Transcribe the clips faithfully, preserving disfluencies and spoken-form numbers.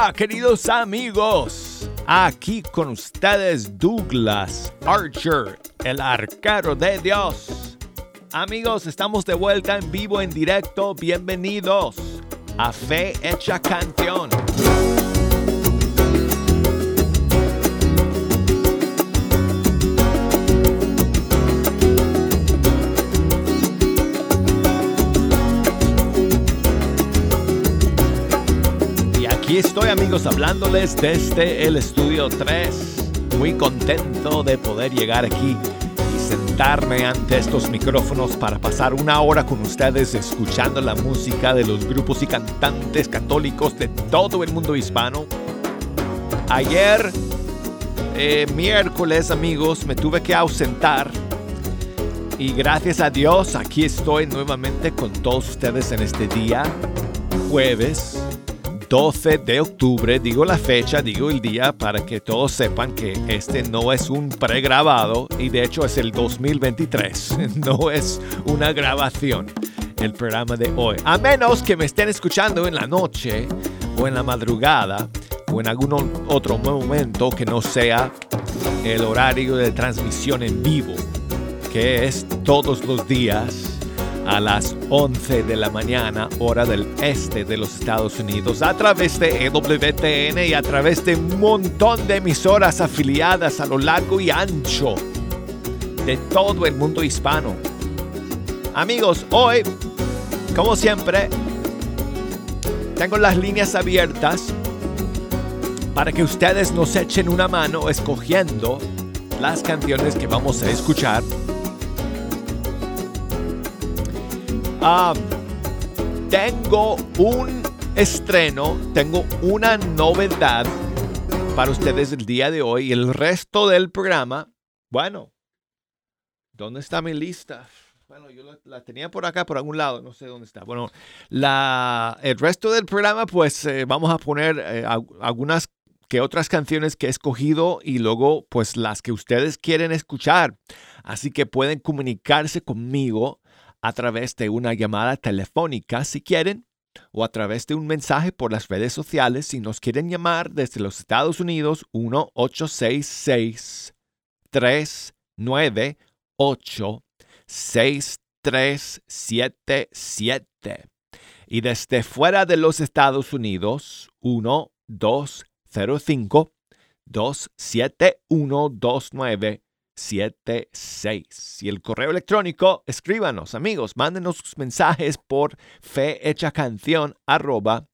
Hola, queridos amigos. Aquí con ustedes Douglas Archer, el arquero de Dios. Amigos, estamos de vuelta en vivo, en directo. Bienvenidos a Fe Hecha Canción. Aquí estoy, amigos, hablándoles desde el estudio tres. Muy contento de poder llegar aquí y sentarme ante estos micrófonos para pasar una hora con ustedes escuchando la música de los grupos y cantantes católicos de todo el mundo hispano. Ayer, eh, miércoles, amigos, me tuve que ausentar. Y gracias a Dios, aquí estoy nuevamente con todos ustedes en este día, jueves doce de octubre, digo la fecha, digo el día para que todos sepan que este no es un pregrabado y de hecho es el dos mil veintitrés, no es una grabación el programa de hoy. A menos que me estén escuchando en la noche o en la madrugada o en algún otro momento que no sea el horario de transmisión en vivo, que es todos los días a las once de la mañana, hora del este de los Estados Unidos, a través de E W T N y a través de un montón de emisoras afiliadas a lo largo y ancho de todo el mundo hispano. Amigos, hoy, como siempre, tengo las líneas abiertas para que ustedes nos echen una mano escogiendo las canciones que vamos a escuchar. Um, tengo un estreno, tengo una novedad para ustedes el día de hoy y el resto del programa. Bueno, ¿dónde está mi lista? Bueno, yo la, la tenía por acá, por algún lado, no sé dónde está. Bueno, la, el resto del programa, pues eh, vamos a poner eh, algunas que otras canciones que he escogido y luego pues las que ustedes quieren escuchar. Así que pueden comunicarse conmigo a través de una llamada telefónica si quieren, o a través de un mensaje por las redes sociales si nos quieren llamar desde los Estados Unidos, uno ocho seis seis, tres nueve ocho, seis tres siete siete. Y desde fuera de los Estados Unidos, uno dos cero cinco, dos siete uno, dos nueve siete seis. Y el correo electrónico, escríbanos, amigos, mándenos sus mensajes por fehechacanción arroba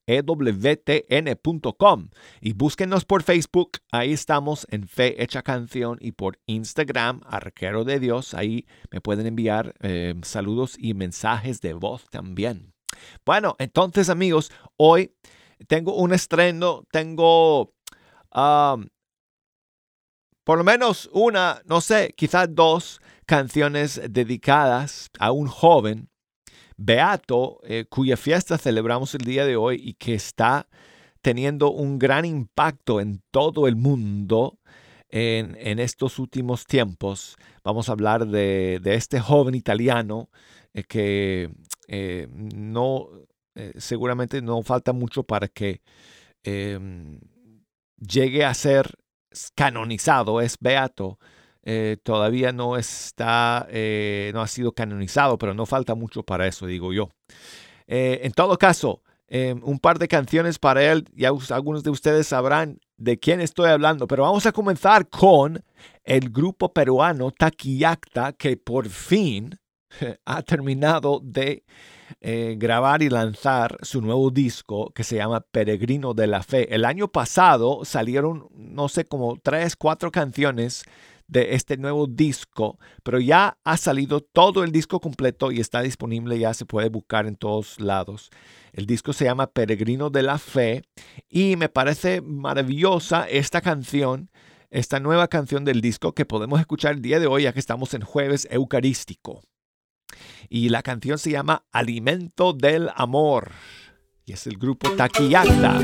ewtn punto com y búsquenos por Facebook, ahí estamos en Fe Hecha Canción, y por Instagram, Arquero de Dios, ahí me pueden enviar eh, saludos y mensajes de voz también. Bueno, entonces, amigos, hoy tengo un estreno, tengo Um, por lo menos una, no sé, quizás dos canciones dedicadas a un joven beato eh, cuya fiesta celebramos el día de hoy y que está teniendo un gran impacto en todo el mundo en, en estos últimos tiempos. Vamos a hablar de, de este joven italiano eh, que eh, no, eh, seguramente no falta mucho para que eh, llegue a ser canonizado, es beato. Eh, todavía no está, eh, no ha sido canonizado, pero no falta mucho para eso, digo yo. Eh, en todo caso, eh, un par de canciones para él, ya algunos de ustedes sabrán de quién estoy hablando, pero vamos a comenzar con el grupo peruano Taquillacta, que por fin ha terminado de eh, grabar y lanzar su nuevo disco que se llama Peregrino de la Fe. El año pasado salieron, no sé, como tres, cuatro canciones de este nuevo disco, pero ya ha salido todo el disco completo y está disponible, ya se puede buscar en todos lados. El disco se llama Peregrino de la Fe y me parece maravillosa esta canción, esta nueva canción del disco que podemos escuchar el día de hoy, ya que estamos en Jueves Eucarístico. Y la canción se llama Alimento del Amor y es el grupo Taquillacta.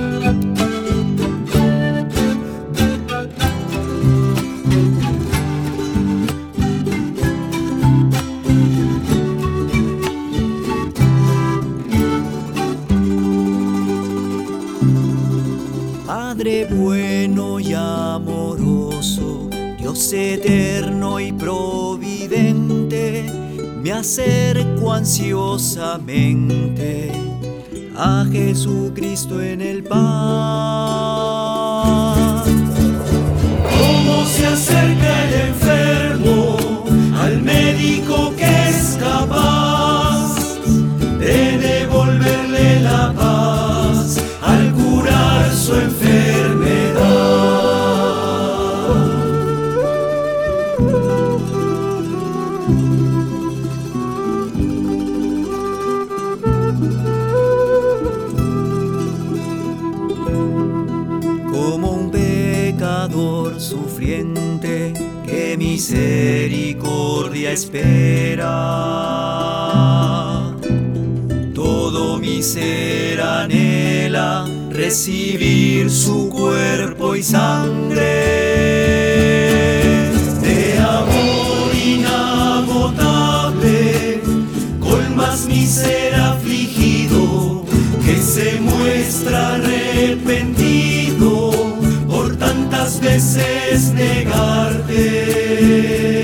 Padre bueno y amoroso, Dios eterno y providente, me acerco ansiosamente a Jesucristo en el pan. Cómo se acerca el enfermo al médico que es capaz de devolverle la paz al curar su enfermedad. Como un pecador sufriente que misericordia espera, todo mi ser anhela recibir su cuerpo y sangre. De amor inagotable colmas mi ser afligido, que se muestra arrepentido por tantas veces negarte.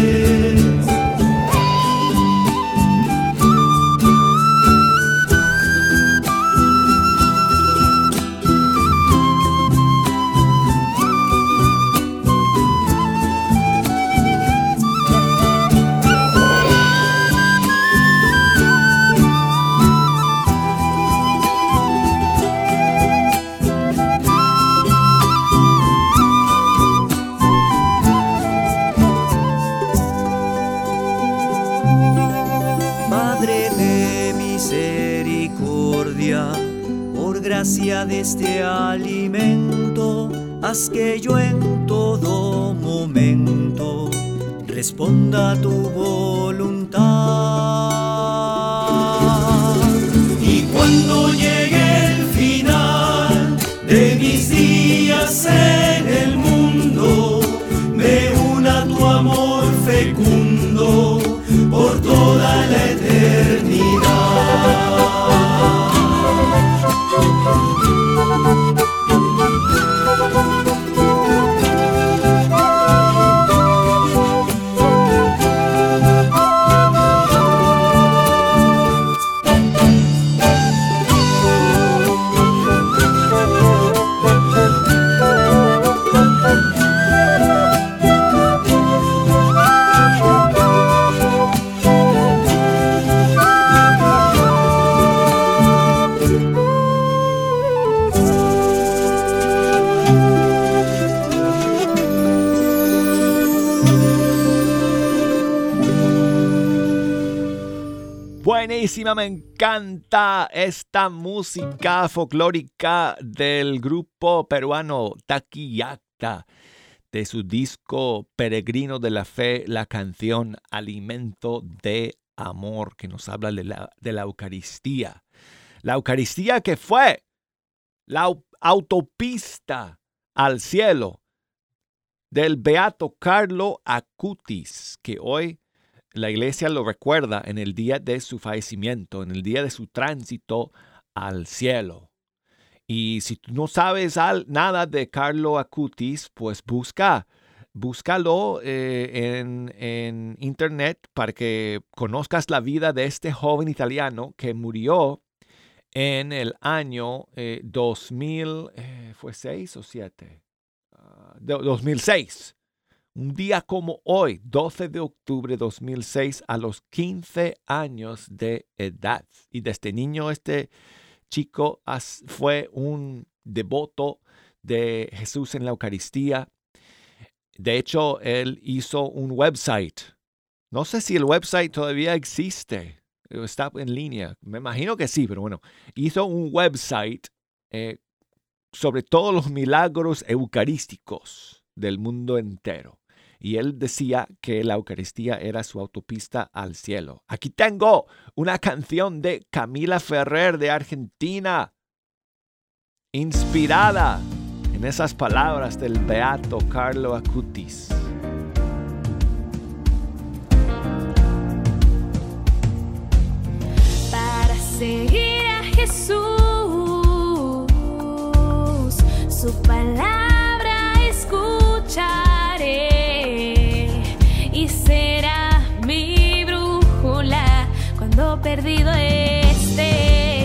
Gracia de este alimento, haz que yo en todo momento responda a tu voluntad. Y cuando llegue el final de mis días en el mundo, me una a tu amor fecundo por toda la eternidad. Buenísima, me encanta esta música folclórica del grupo peruano Taquillacta, de su disco Peregrino de la Fe, la canción Alimento de Amor, que nos habla de la, de la Eucaristía. La Eucaristía que fue la autopista al cielo del beato Carlo Acutis, que hoy la iglesia lo recuerda en el día de su fallecimiento, en el día de su tránsito al cielo. Y si tú no sabes al, nada de Carlo Acutis, pues busca, búscalo eh, en, en internet para que conozcas la vida de este joven italiano que murió en el año eh, dos mil, eh, ¿fue seis o siete? Uh, dos mil seis. Un día como hoy, doce de octubre de dos mil seis, a los quince años de edad. Y desde niño este chico fue un devoto de Jesús en la Eucaristía. De hecho, él hizo un website. No sé si el website todavía existe. Está en línea. Me imagino que sí, pero bueno. Hizo un website eh, sobre todos los milagros eucarísticos del mundo entero. Y él decía que la Eucaristía era su autopista al cielo. Aquí tengo una canción de Camila Ferrer de Argentina, inspirada en esas palabras del beato Carlo Acutis. Para seguir a Jesús su palabra escucharé y será mi brújula cuando perdido esté.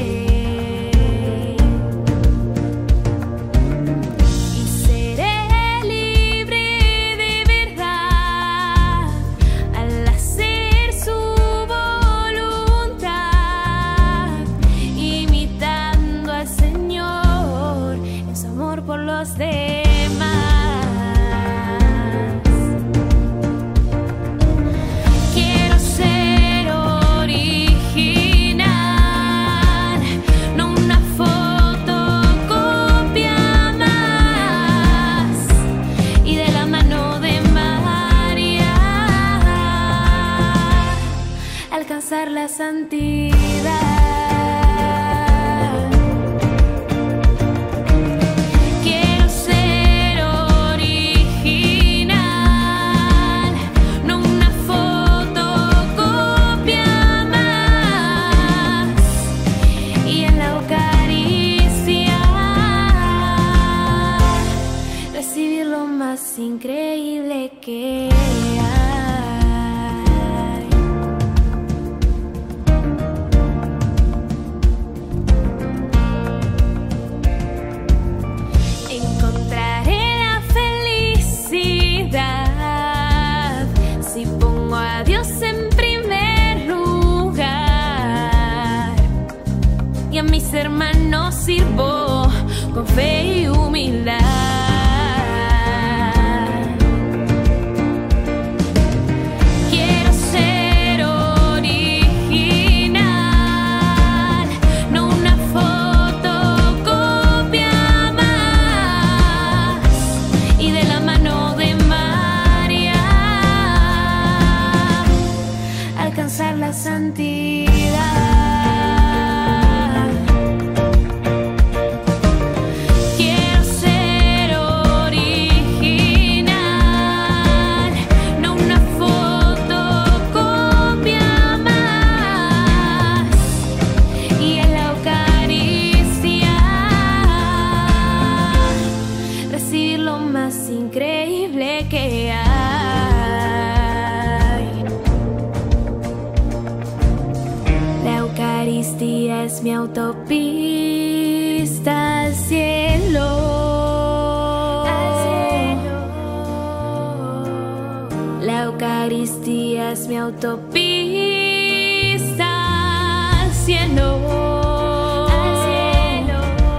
La santidad. Quiero ser original, no una fotocopia más. Y en la Eucaristía recibir lo más increíble que hay. Hermanos, sirvo con fe y humildad. Quiero ser original, no una fotocopia más. Y de la mano de María alcanzar la santidad. Es mi autopista al cielo, al cielo. La Eucaristía es mi autopista al cielo, al cielo.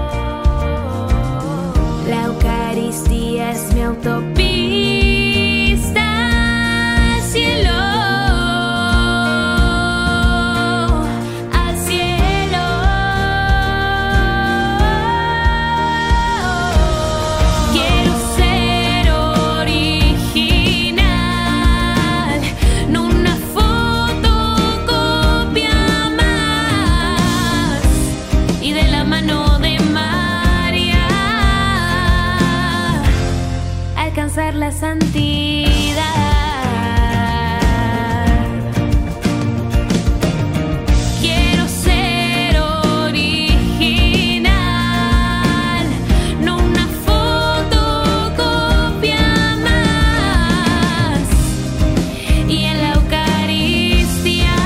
La Eucaristía es mi autopista al cielo. La santidad. Quiero ser original, no una fotocopia más. Y en la Eucaristía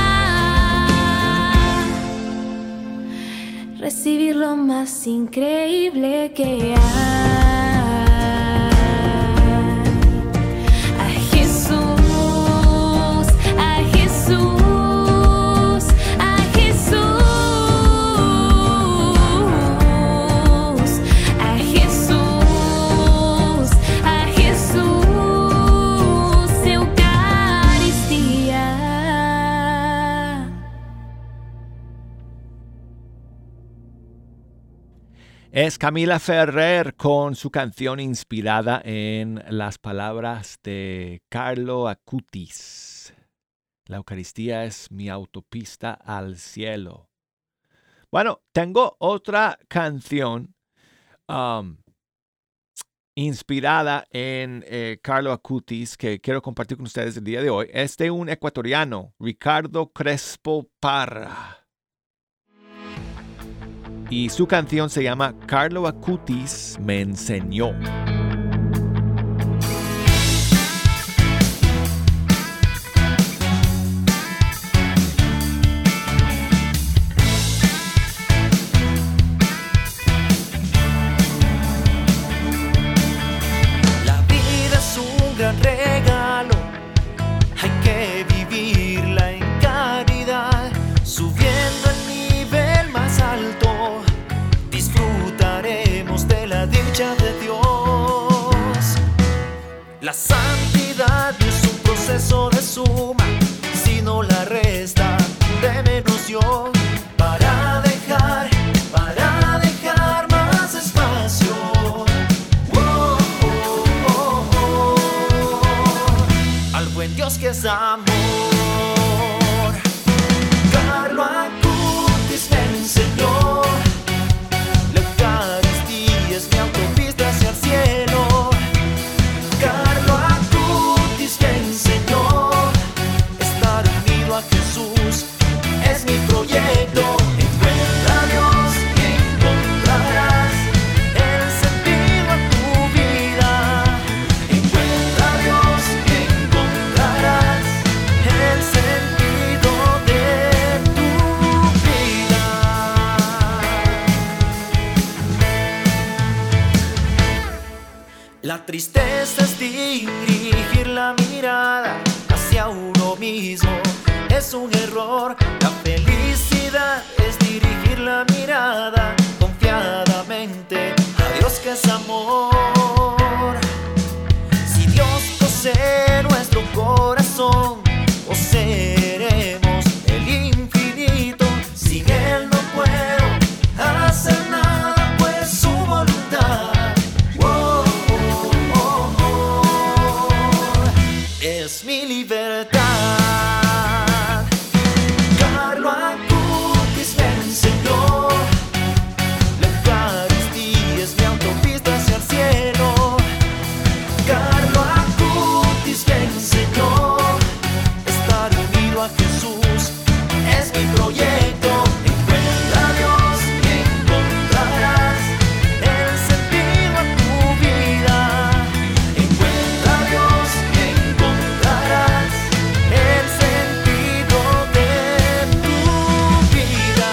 recibir lo más increíble que hay. Es Camila Ferrer con su canción inspirada en las palabras de Carlo Acutis. La Eucaristía es mi autopista al cielo. Bueno, tengo otra canción um, inspirada en eh, Carlo Acutis que quiero compartir con ustedes el día de hoy. Es de un ecuatoriano, Ricardo Crespo Parra. y su canción se llama Carlo Acutis me enseñó. La santidad no es un proceso de suma, sino la resta de menos yo, para dejar, para dejar más espacio. Oh, oh, oh, oh, al buen Dios que es amor. Carlo Acutis me enseñó, la Eucaristía es mi autopista hacia el cielo. Carlo Acutis me enseñó, estar unido a Jesús es mi proyecto. Encuentra a Dios y encontrarás el sentido a tu vida. Encuentra a Dios y encontrarás el sentido de tu vida. La tristeza es dirigir la mirada hacia uno mismo, es un error. La felicidad es dirigir la mirada confiadamente a Dios que es amor. Si Dios posee nuestro corazón, poseeremos el infinito. Sin Él no puedo hacer nada, pues su voluntad es mi libertad. Carlo Acutis me enseñó, la Eucaristía es mi autopista hacia el cielo. Carlo Acutis me enseñó, estar unido a Jesús es mi proyecto. Encuentra a Dios y encontrarás el sentido a tu vida. Encuentra a Dios y encontrarás el sentido de tu vida.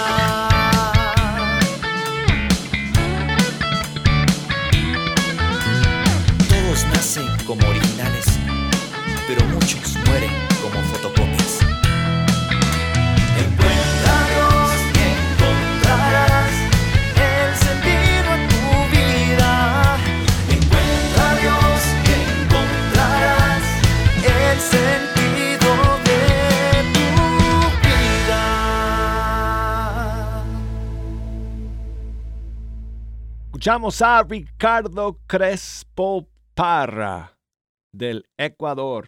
Todos nacen como originales, pero muchos mueren como fotocopias. Encuentra a Dios y encontrarás el sentido a tu vida. Encuentra a Dios y encontrarás el sentido de tu vida. Escuchamos a Ricardo Crespo Parra del Ecuador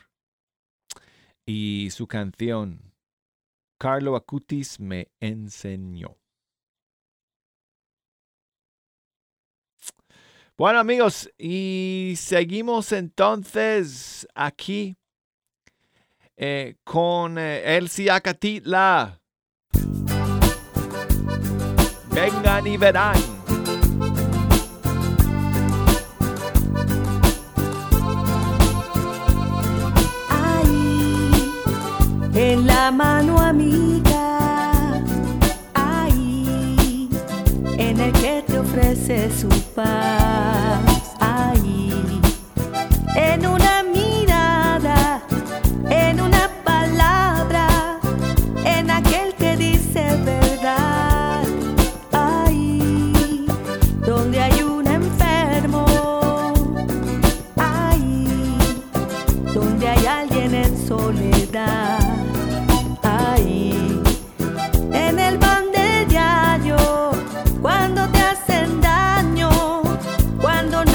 y su canción Carlo Acutis me enseñó. Bueno, amigos, y seguimos entonces aquí eh, con eh, Elsie Acatitla. Vengan y verán. En la mano amiga, ahí, en el que te ofrece su paz, ahí, en una mirada, en una palabra, en aquel que dice verdad, ahí, donde hay un enfermo, ahí, donde hay alguien en soledad. En el pan de diario, cuando te hacen daño, cuando no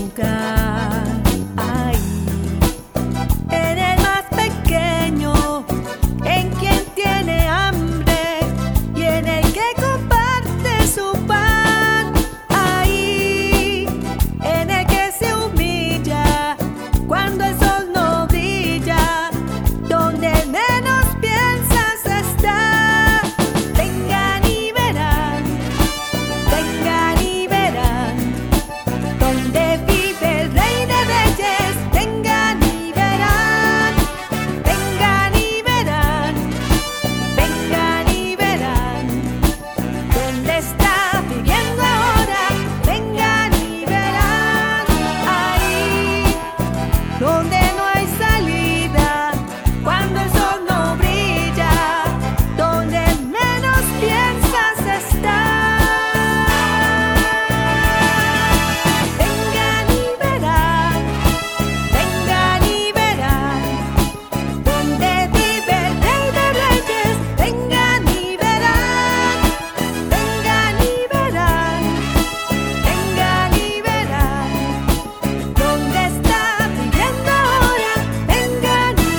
lugar. Ahí, en el más pequeño, en quien tiene hambre y en el que comparte su pan. Ahí, en el que se humilla cuando el sol no brilla, donde menos piensas está. Vengan y verán, vengan y verán, donde vive el Rey de Reyes. Vengan y verán, vengan y verán, vengan y verán, donde está viviendo ahora. Vengan y verán, ahí donde no hay salida, cuando el sol no brilla, donde menos piensas está. Vengan y verán, vengan y verán, donde vive el Rey de Reyes. Vengan y verán, vengan y verán, vengan y verán, donde está viviendo ahora. Vengan y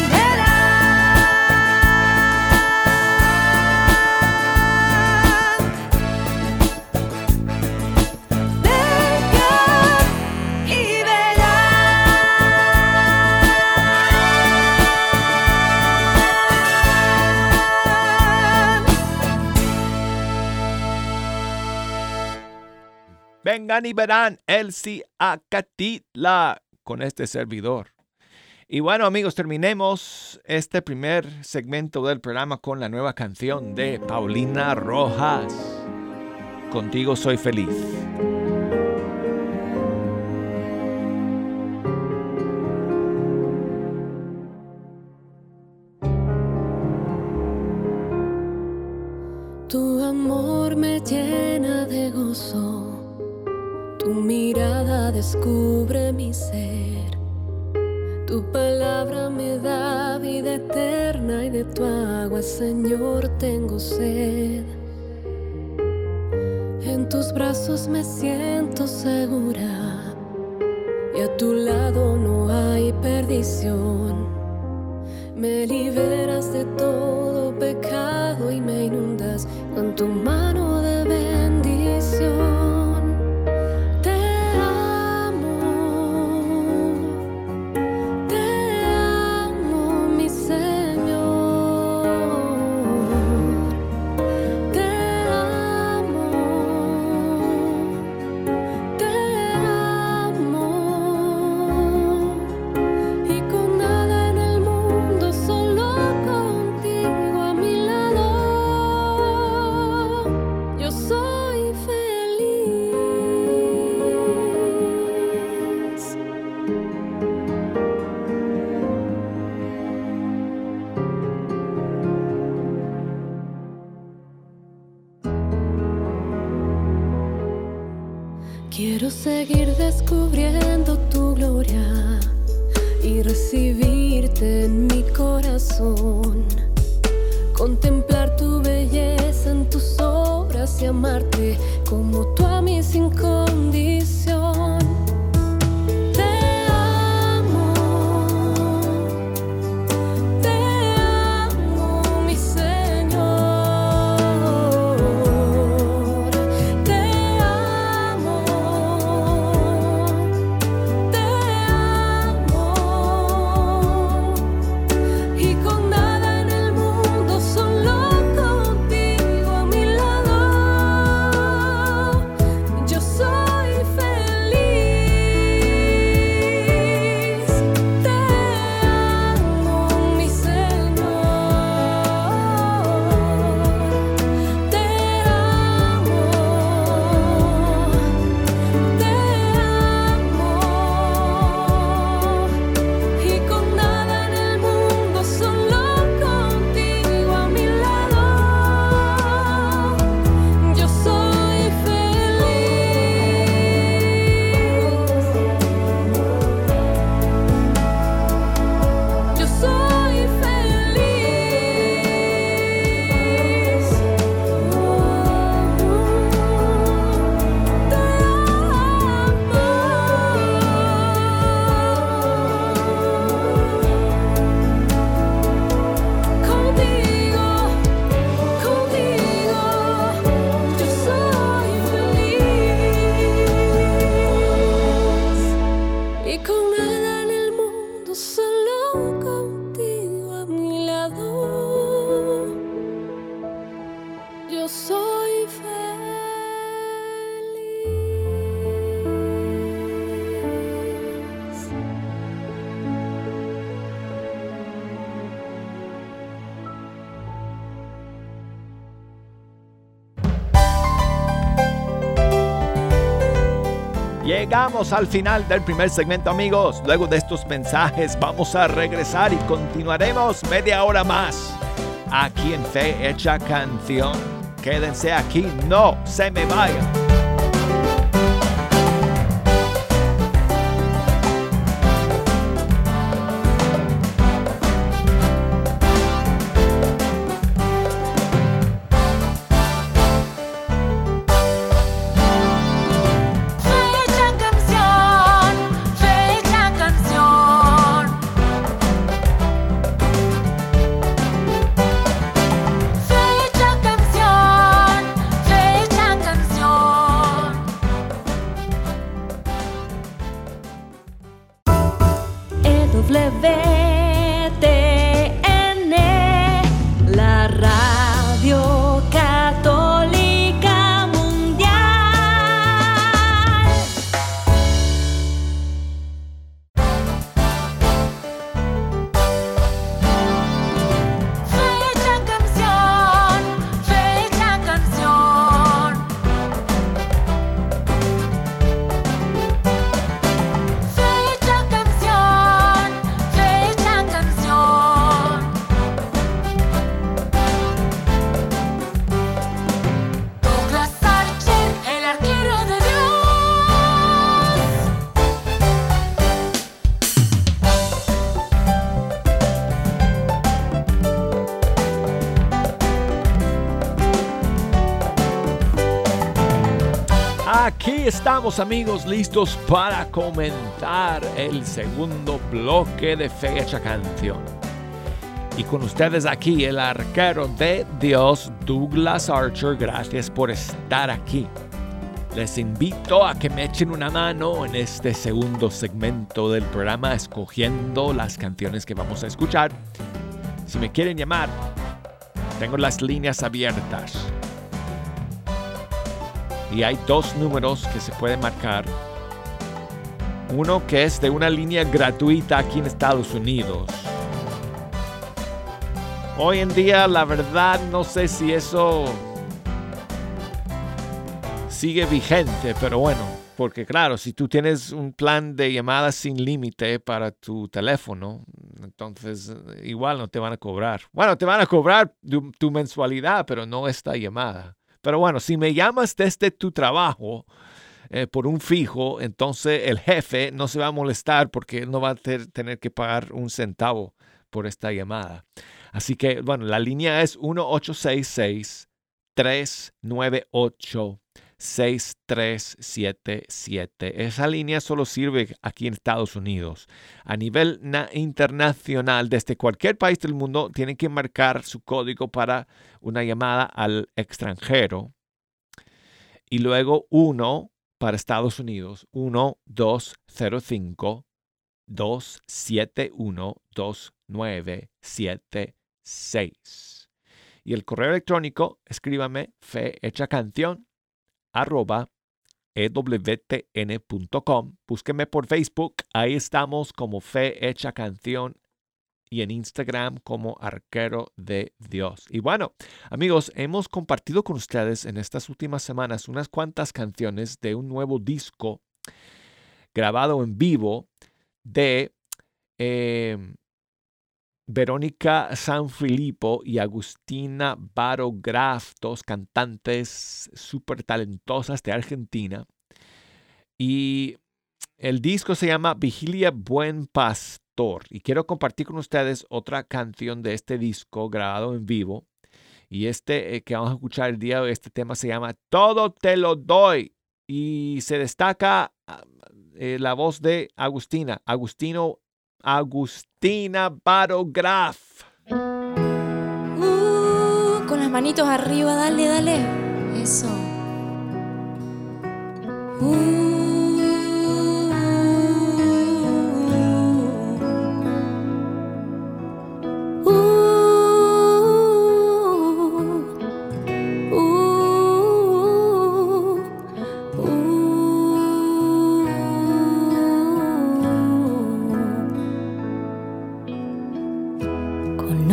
Vengan y verán Elsie Acatitla con este servidor. Y bueno, amigos, terminemos este primer segmento del programa con la nueva canción de Paulina Rojas. Contigo soy feliz. Tu amor me llena de gozo, tu mirada descubre mi ser, tu palabra me da vida eterna y de tu agua, Señor, tengo sed. En tus brazos me siento segura y a tu lado no hay perdición. Me liberas de todo pecado y me inundas con tu mano de bendición. Te amo, te amo, mi Señor. Te amo, te amo. Y con nada en el mundo, solo contigo a mi lado, yo soy feliz. Quiero seguir descubriendo tu gloria y recibirte en mi corazón, contemplar tu belleza en tus obras y amarte como tú a mí sin condición. Te amo, te amo, mi Señor. Te amo, te amo. Y con nada y con nada en el mundo, solo contigo a mi lado, yo soy feliz. Llegamos al final del primer segmento, amigos. Luego de estos mensajes vamos a regresar y continuaremos media hora más aquí en Fe Hecha Canción. Quédense aquí, no se me vayan. Aquí estamos, amigos, listos para comentar el segundo bloque de Fe Hecha Canción. Y con ustedes aquí el arquero de Dios, Douglas Archer. Gracias por estar aquí. Les invito a que me echen una mano en este segundo segmento del programa, escogiendo las canciones que vamos a escuchar. Si me quieren llamar, tengo las líneas abiertas. Y hay dos números que se pueden marcar. Uno que es de una línea gratuita aquí en Estados Unidos. Hoy en día, la verdad, no sé si eso sigue vigente, pero bueno, porque claro, si tú tienes un plan de llamadas sin límite para tu teléfono, entonces igual no te van a cobrar. Bueno, te van a cobrar tu, tu mensualidad, pero no esta llamada. Pero bueno, si me llamas desde tu trabajo eh, por un fijo, entonces el jefe no se va a molestar porque él no va a ter- tener que pagar un centavo por esta llamada. Así que, bueno, la línea es uno ocho seis seis, tres nueve ocho, seis tres siete siete. Esa línea solo sirve aquí en Estados Unidos. A nivel na- internacional, desde cualquier país del mundo, tienen que marcar su código para una llamada al extranjero. Y luego uno para Estados Unidos, uno dos cero cinco, dos siete uno, dos nueve siete seis. Y el correo electrónico, escríbame fehechacanción arroba e w t n punto com. Búsqueme por Facebook, ahí estamos como Fe Hecha Canción, y en Instagram como Arquero de Dios. Y bueno, amigos, hemos compartido con ustedes en estas últimas semanas unas cuantas canciones de un nuevo disco grabado en vivo de eh, Verónica Sanfilippo y Agustina Barograf, dos cantantes súper talentosas de Argentina. Y el disco se llama Vigilia Buen Pastor. Y quiero compartir con ustedes otra canción de este disco grabado en vivo. Y este eh, que vamos a escuchar el día de hoy, este tema se llama Todo te lo doy. Y se destaca eh, la voz de Agustina. Agustino Agustina Barograf. Uh, con las manitos arriba, dale, dale. Eso. Uh,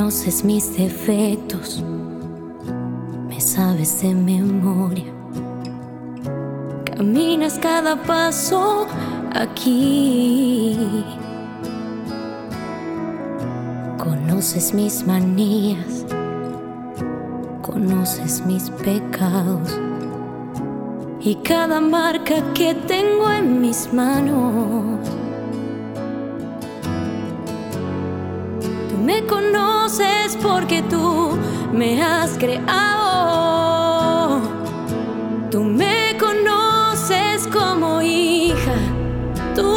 Conoces mis defectos, me sabes de memoria. Caminas cada paso aquí. Conoces mis manías, conoces mis pecados y cada marca que tengo en mis manos. Tú me conoces porque tú me has creado. Tú me conoces como hija, tú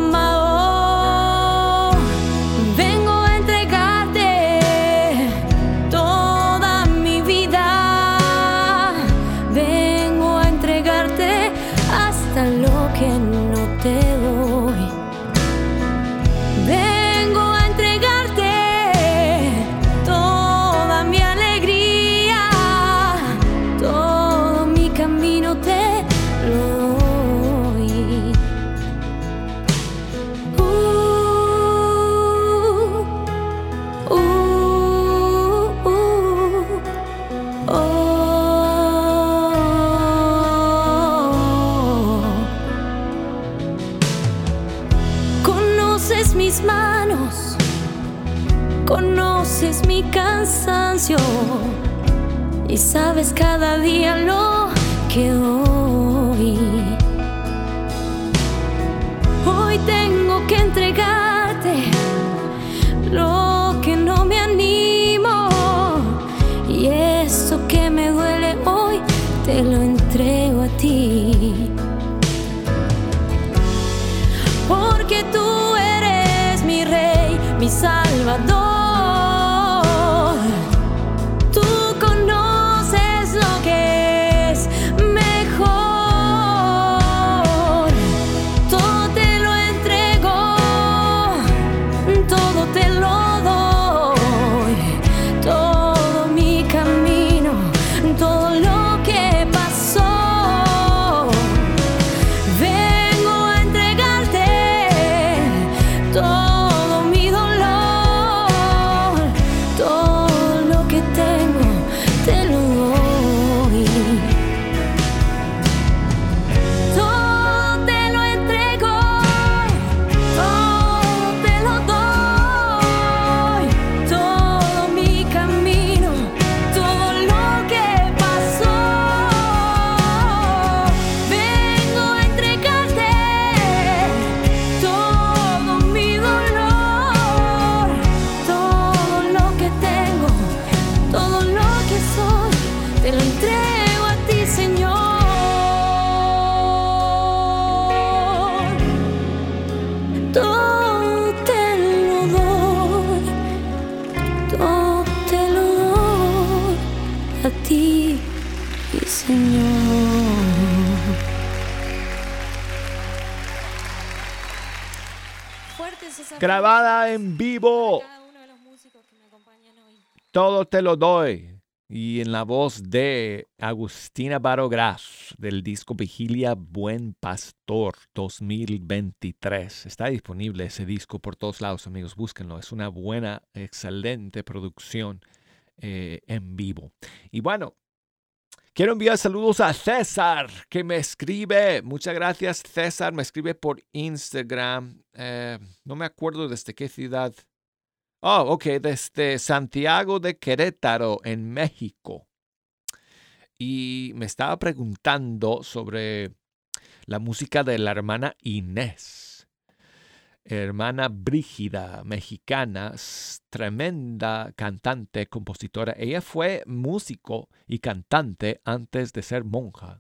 amado. Vengo a entregarte toda mi vida. Vengo a entregarte hasta lo que no te doy. Vengo a entregarte toda mi alegría. Todo mi camino te lo doy. Uh, uh, uh, oh. Conoces mis manos, conoces mi cansancio y sabes cada día lo que doy. Hoy tengo que entregarte lo que no me animo, y eso que me duele hoy te lo entrego a ti. Porque tú eres mi rey, mi salvador. Tú conoces lo que es mejor. Todo te lo entrego, todo te lo doy. Todo mi camino, todo lo que pasó. Vengo a entregarte todo mi dolor. Todo lo que tengo te lo doy. Todo te lo entrego, todo te lo doy. Todo mi camino, todo lo que pasó. Vengo a entregarte todo mi dolor. Todo lo que tengo, todo lo que soy, te lo entrego a ti, Señor. Todo te lo doy, todo te lo doy a ti, Señor. Fuertes esas Grabada en vivo. para cada uno de los músicos que me acompañan hoy. Todo te lo doy. Y en la voz de Agustina Barogras del disco Vigilia Buen Pastor dos mil veintitrés. Está disponible ese disco por todos lados, amigos. Búsquenlo. Es una buena, excelente producción eh, en vivo. Y bueno, quiero enviar saludos a César, que me escribe. Muchas gracias, César. Me escribe por Instagram. Eh, no me acuerdo desde qué ciudad. Oh, ok, desde Santiago de Querétaro, en México. Y me estaba preguntando sobre la música de la hermana Inés. Hermana Brígida, mexicana, s- tremenda cantante, compositora. Ella fue músico y cantante antes de ser monja.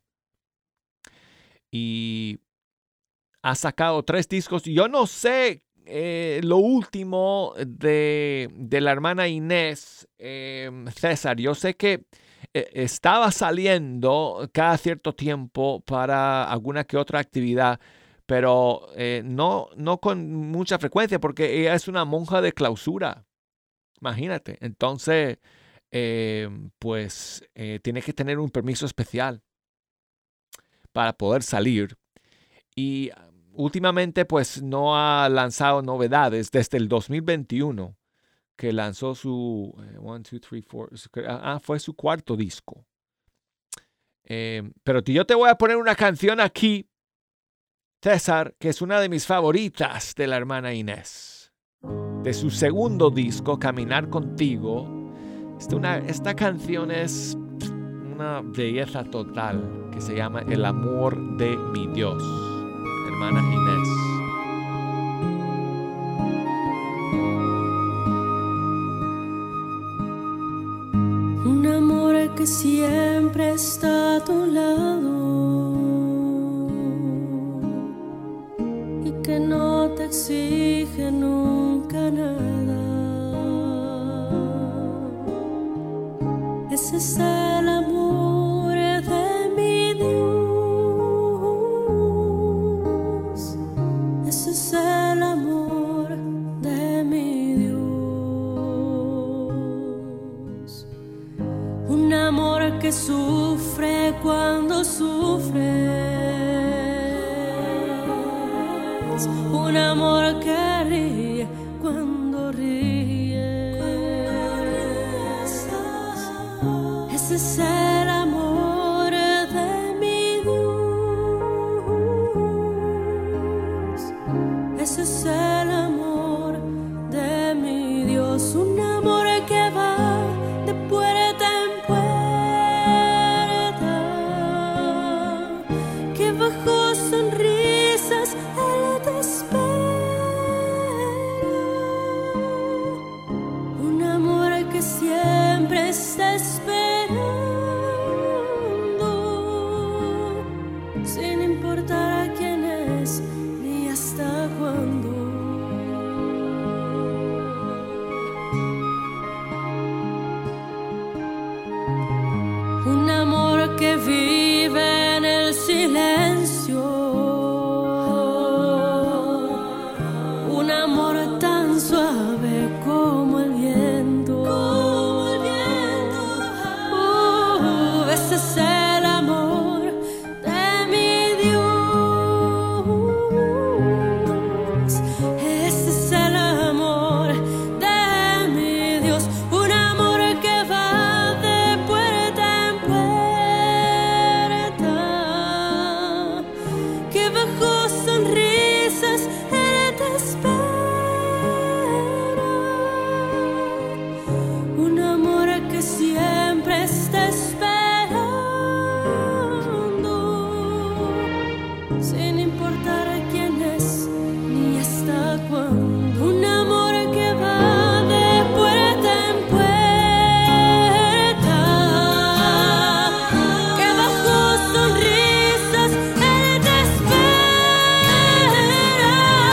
Y ha sacado tres discos. Yo no sé eh, lo último de, de la hermana Inés, eh, César. Yo sé que eh, estaba saliendo cada cierto tiempo para alguna que otra actividad, pero eh, no, no con mucha frecuencia porque ella es una monja de clausura. Imagínate. Entonces, eh, pues eh, tiene que tener un permiso especial para poder salir. Y últimamente, pues no ha lanzado novedades desde el dos mil veintiuno que lanzó su eh, one, two, three, four, ah, fue su cuarto disco. Eh, pero yo te voy a poner una canción aquí, César, que es una de mis favoritas de la hermana Inés. De su segundo disco, Caminar Contigo. Esta, una, esta canción es una belleza total, que se llama El amor de mi Dios. Hermana Inés. Un amor que siempre está a tu lado y que no te exige nunca nada. Ese es el amor de mi Dios. Ese es el amor de mi Dios. Un amor que sufre cuando sufres. Un amor que ríe cuando ríes. Ese es el amor de mi Dios. Ese es el amor de mi Dios. Un amor que va de puerta en puerta, que bajo sonrisas Él te espera. Un amor que siempre está esperando, sin importar a quién es ni hasta cuándo. Un amor que vive en el silencio. Un amor tan suave como el viento. Como el viento. Uh, ese es el amor de mi Dios. Ese es el amor de mi Dios. Un amor que va de puerta en puerta, que bajo sonrisas Él te espera. Un amor que siempre está esperando, sin importar a quién es ni hasta cuándo. Un amor que va de puerta en puerta, que bajo sonrisas Él te espera.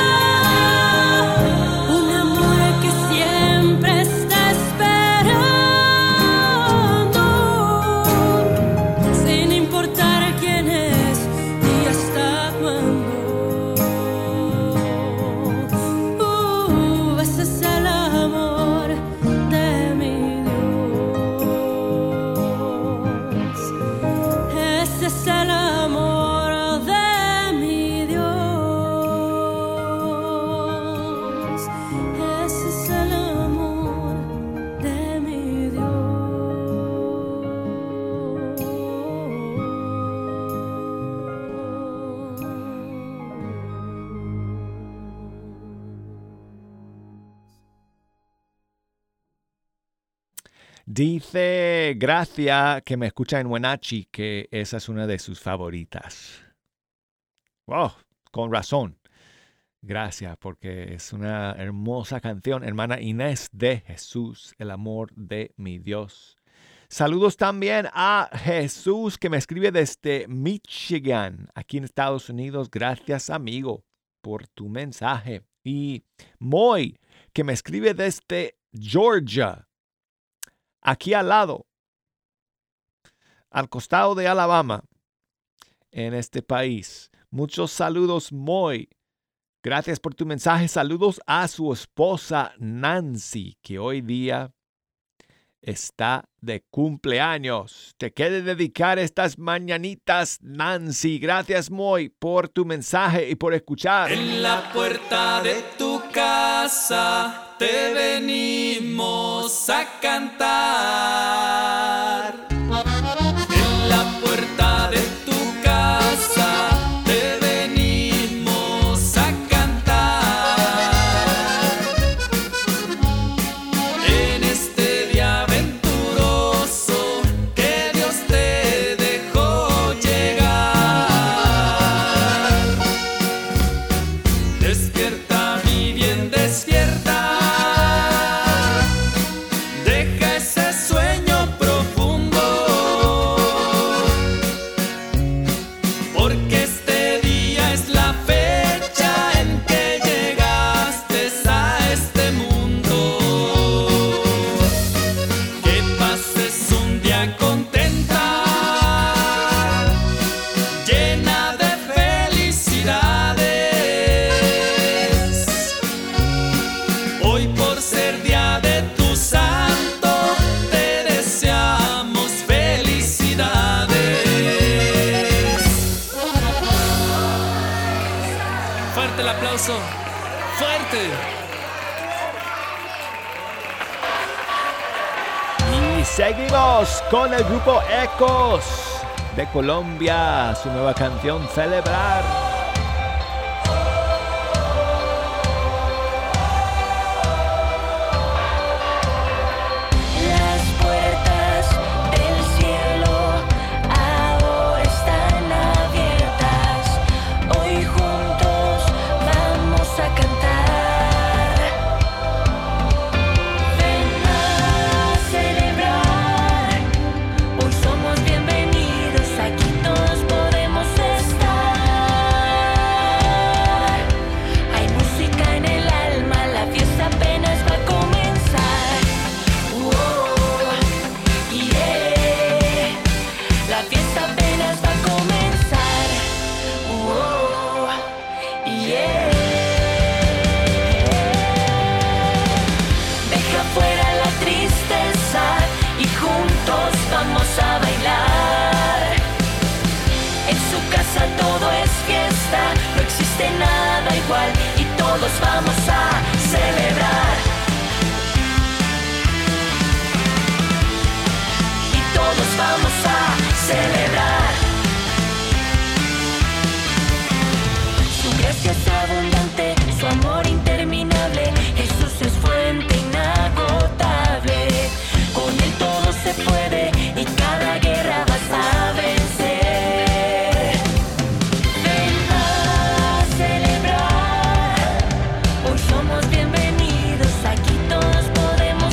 Un amor que siempre está esperando, sin importar quién es ni hasta cuándo. Uh, ese es el amor de mi Dios. Ese es el amor de mi Dios. Ese es el amor de mi Dice Gracia, que me escucha en Wenatchee, que esa es una de sus favoritas. Wow, con razón. Gracias, porque es una hermosa canción. Hermana Inés de Jesús, el amor de mi Dios. Saludos también a Jesús, que me escribe desde Michigan, aquí en Estados Unidos. Gracias, amigo, por tu mensaje. Y Moy, que me escribe desde Georgia, aquí al lado, al costado de Alabama, en este país. Muchos saludos, Moy. Gracias por tu mensaje. Saludos a su esposa Nancy, que hoy día está de cumpleaños. Te quiere dedicar estas mañanitas, Nancy. Gracias, Moy, por tu mensaje y por escuchar. En la puerta de tu casa casa te venimos a cantar. En la puerta de tu casa te venimos a cantar. En este día aventuroso que Dios te dejó llegar. Despierta, mi bien, despierta. Deja ese sueño profundo, porque este día es la fecha en que llegaste a este mundo. Que pases un día contenta, llena de felicidades. Hoy, por ser día de tu santo, te deseamos felicidades. Fuerte el aplauso, fuerte. Y seguimos con el grupo Ecos de Colombia, su nueva canción Celebrar. Las puertas del cielo ahora están abiertas. Hoy juntos vamos a cantar. Ven a celebrar. Hoy somos bienvenidos, aquí todos podemos estar. Hay música en el alma, la fiesta apenas va a comenzar. Wow, yeah. La fiesta apenas va a comenzar. Wow, yeah. Deja fuera la tristeza y juntos vamos a bailar. En su casa todo es fiesta, no existe nada igual y todos vamos a celebrar. Y todos vamos a celebrar. Su gracia es abundante, su amor interminable. Jesús es fuente inagotable. Con él todo se puede y cada guerra vas a vencer. Ven a celebrar. Hoy somos bienvenidos, aquí todos podemos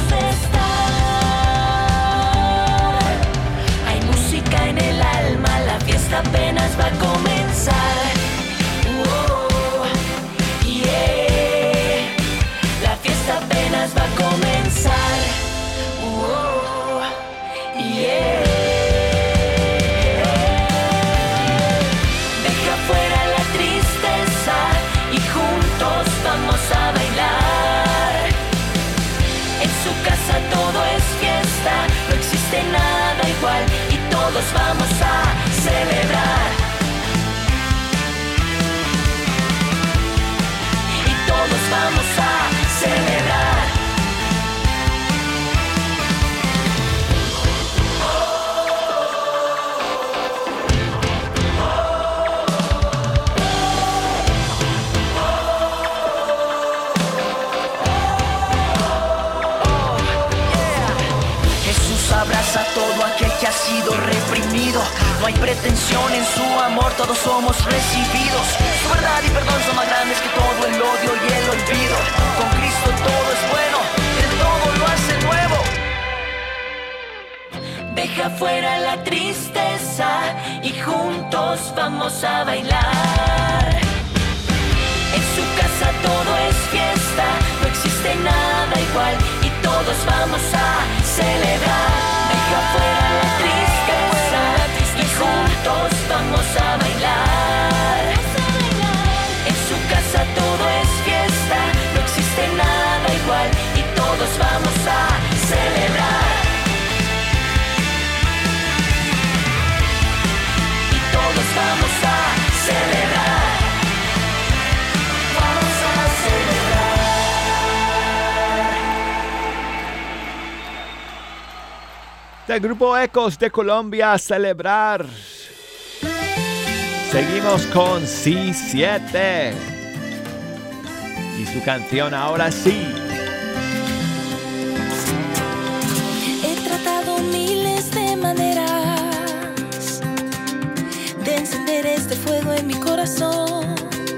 estar. Hay música en el alma, la fiesta apenas va a comenzar. Wow, yeah. La fiesta apenas va a comenzar. Wow, yeah. Deja fuera la tristeza y juntos vamos a bailar. En su casa todo es fiesta, no existe nada igual y todos vamos a celebrar. Y todos vamos a celebrar. Jesús abraza todo aquel que ha sido reprimido. No hay pretensión en su amor, todos somos recibidos. Su verdad y perdón son más grandes que todo el odio y el olvido. Con Cristo todo es bueno, Él todo lo hace nuevo. Deja fuera la tristeza y juntos vamos a bailar. En su casa todo es fiesta, no existe nada igual y todos vamos a celebrar. Deja fuera la tristeza y juntos vamos a bailar. En su casa todo es fiesta, no existe nada igual y todos vamos a celebrar. Y todos vamos a celebrar. Vamos a celebrar. del grupo Ecos de Colombia, Celebrar. Seguimos con C siete y su canción Ahora Sí. He tratado miles de maneras de encender este fuego en mi corazón.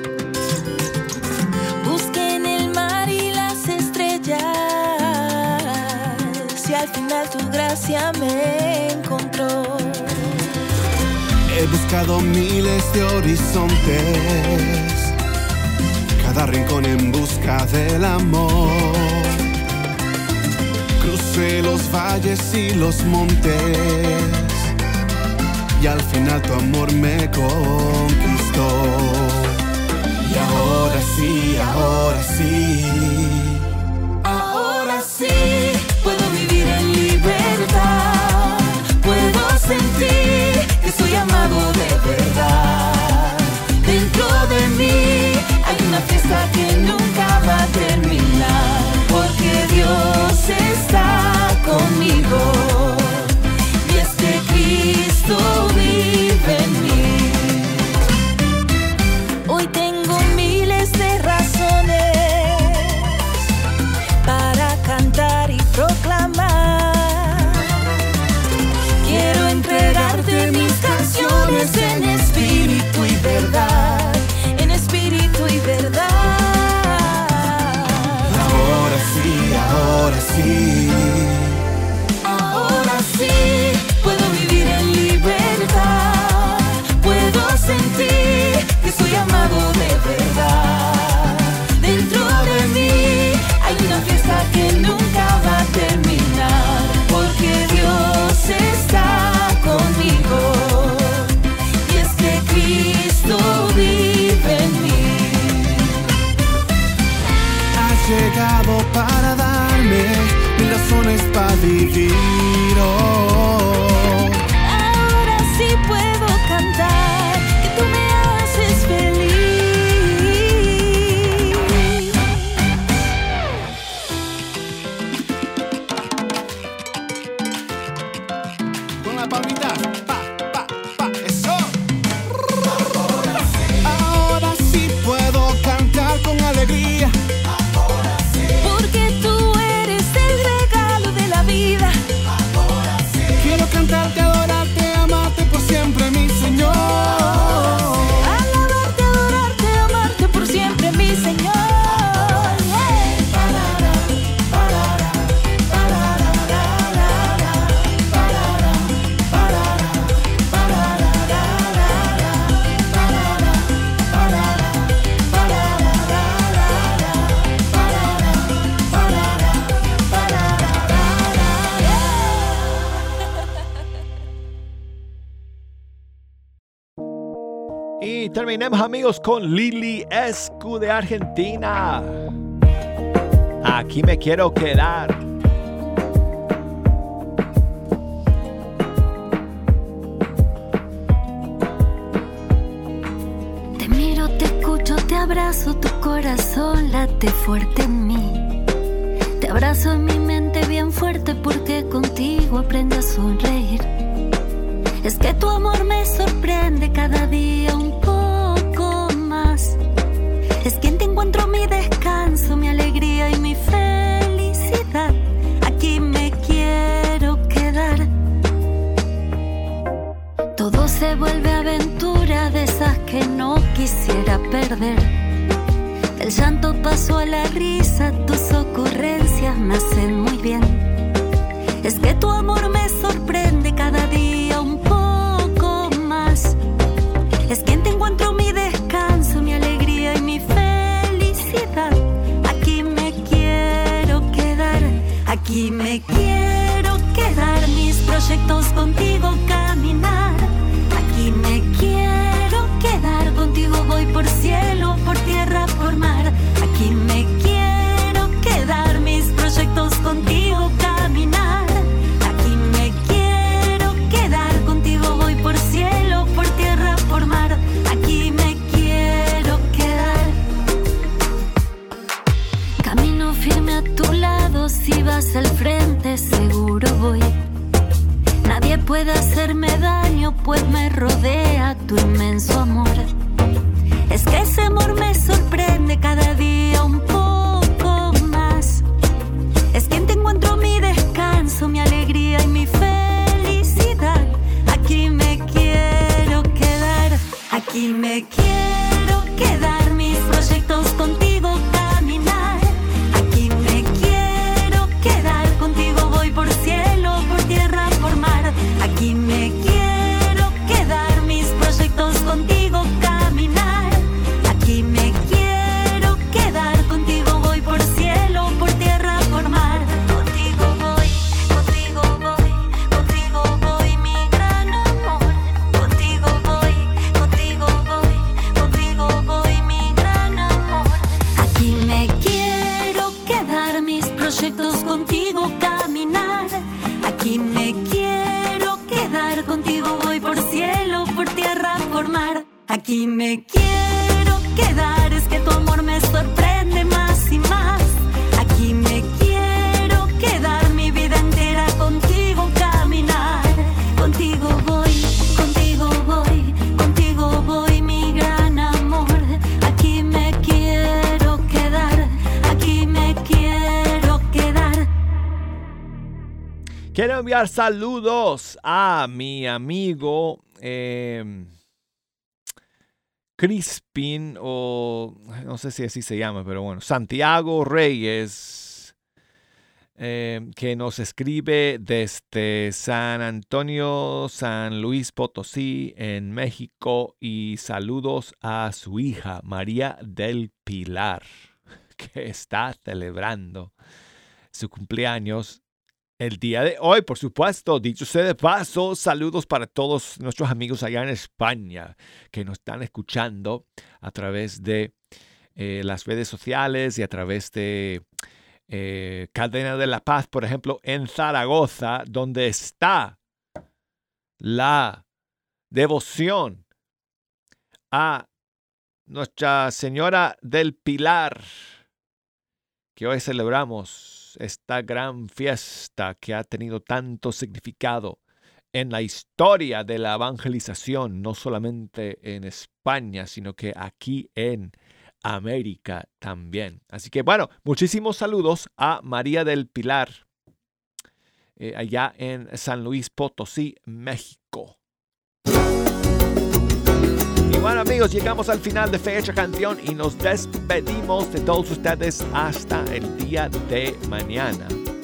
Busqué en el mar y las estrellas y al final tu gracia me encontró. He buscado miles de horizontes, cada rincón en busca del amor. Crucé los valles y los montes y al final tu amor me conquistó. Y ahora sí, ahora sí, ahora sí puedo vivir en libertad. Puedo sentir que soy amado de verdad. Dentro de mí hay una fiesta que nunca va a terminar, porque Dios está conmigo y es que Cristo vive en mí. Hoy tengo miles de razones para cantar y proclamar. Quiero entregarte mis canciones en espíritu y verdad, en espíritu y verdad. ahora sí, ahora sí, ahora sí puedo vivir en libertad. Puedo sentir que soy amado de verdad. Dentro de mí hay una fiesta que nunca va a terminar, porque Dios está conmigo y es que Cristo vive en mí. has llegado para darme mil razones para vivir. Oh. Ahora sí puedo cantar que tú me haces feliz. Con la palmita, pa, pa, pa, eso. Ahora sí puedo cantar con alegría. Porque tú eres el regalo de la vida. Quiero cantarte, adorarte, amarte por siempre, mi Señor. Alabarte, adorarte, amarte por siempre, mi Señor. Y terminemos, amigos, con Lili Escu de Argentina. Aquí me quiero quedar. Te miro, te escucho, te abrazo, tu corazón late fuerte en mí. Te abrazo en mi mente bien fuerte porque contigo aprendo a sonreír. Es que tu amor me sorprende cada día un poco más. Es que en ti encuentro mi descanso, mi alegría y mi felicidad. Aquí me quiero quedar. Todo se vuelve aventura de esas que no quisiera perder. Del llanto paso a la risa, tus ocurrencias me hacen muy bien. Es que tu amor me sorprende cada día un poco más. Es que en ti encuentro mi descanso, mi alegría y mi felicidad. Aquí me quiero quedar, aquí me quiero quedar. Mis proyectos contigo caminar. Aquí me quiero quedar, contigo voy por cielo, por tierra, por mar. Aquí me quiero quedar, mis proyectos contigo caminar. Aquí me quiero quedar, contigo voy por cielo, por tierra, por mar. Aquí me quiero quedar. Camino firme a tu lado, si vas al frente seguro voy. Nadie puede hacerme daño, pues me rodea tu inmenso amor. Es que ese amor me sorprende cada día un poco más. Es que en ti encuentro mi descanso, mi alegría y mi felicidad. Aquí me quiero quedar, aquí me quiero quedar. Mis proyectos contigo caminar. Aquí me quiero quedar, contigo voy por cielo, por tierra, por mar. Aquí me quiero quedar, mis proyectos contigo caminar. Aquí me quiero quedar, contigo voy por cielo, por tierra, por mar. Contigo voy, contigo voy, contigo voy, mi gran amor. Contigo voy, contigo voy, contigo voy, mi gran amor. Aquí me quiero quedar, mis proyectos contigo caminar. Aquí me quiero quedar, contigo voy por cielo, por tierra, por mar. Aquí me quiero quedar, es que tu amor me sorprende más y más. Aquí me quiero quedar, mi vida entera contigo caminar. Contigo voy, contigo voy, contigo voy, mi gran amor. Aquí me quiero quedar, aquí me quiero quedar. Quiero enviar saludos a mi amigo eh, Crispin, o no sé si así se llama, pero bueno, Santiago Reyes, eh, que nos escribe desde San Antonio, San Luis Potosí, en México, y saludos a su hija María del Pilar, que está celebrando su cumpleaños el día de hoy. Por supuesto, dicho sea de paso, saludos para todos nuestros amigos allá en España que nos están escuchando a través de eh, las redes sociales y a través de eh, Cadena de la Paz, por ejemplo, en Zaragoza, donde está la devoción a Nuestra Señora del Pilar, que hoy celebramos esta gran fiesta que ha tenido tanto significado en la historia de la evangelización, no solamente en España, sino que aquí en América también. Así que bueno, muchísimos saludos a María del Pilar, eh, allá en San Luis Potosí, México. Y bueno, amigos, llegamos al final de Fecha Canción y nos despedimos de todos ustedes hasta el día de mañana,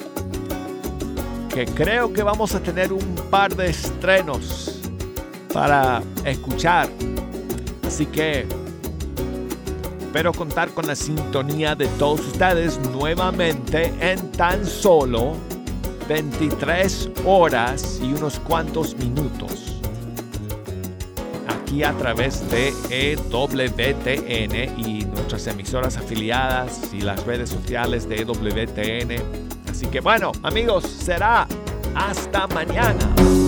que creo que vamos a tener un par de estrenos para escuchar. Así que espero contar con la sintonía de todos ustedes nuevamente en tan solo veintitrés horas y unos cuantos minutos, aquí a través de E W T N y nuestras emisoras afiliadas y las redes sociales de E W T N. Así que bueno, amigos, será hasta mañana.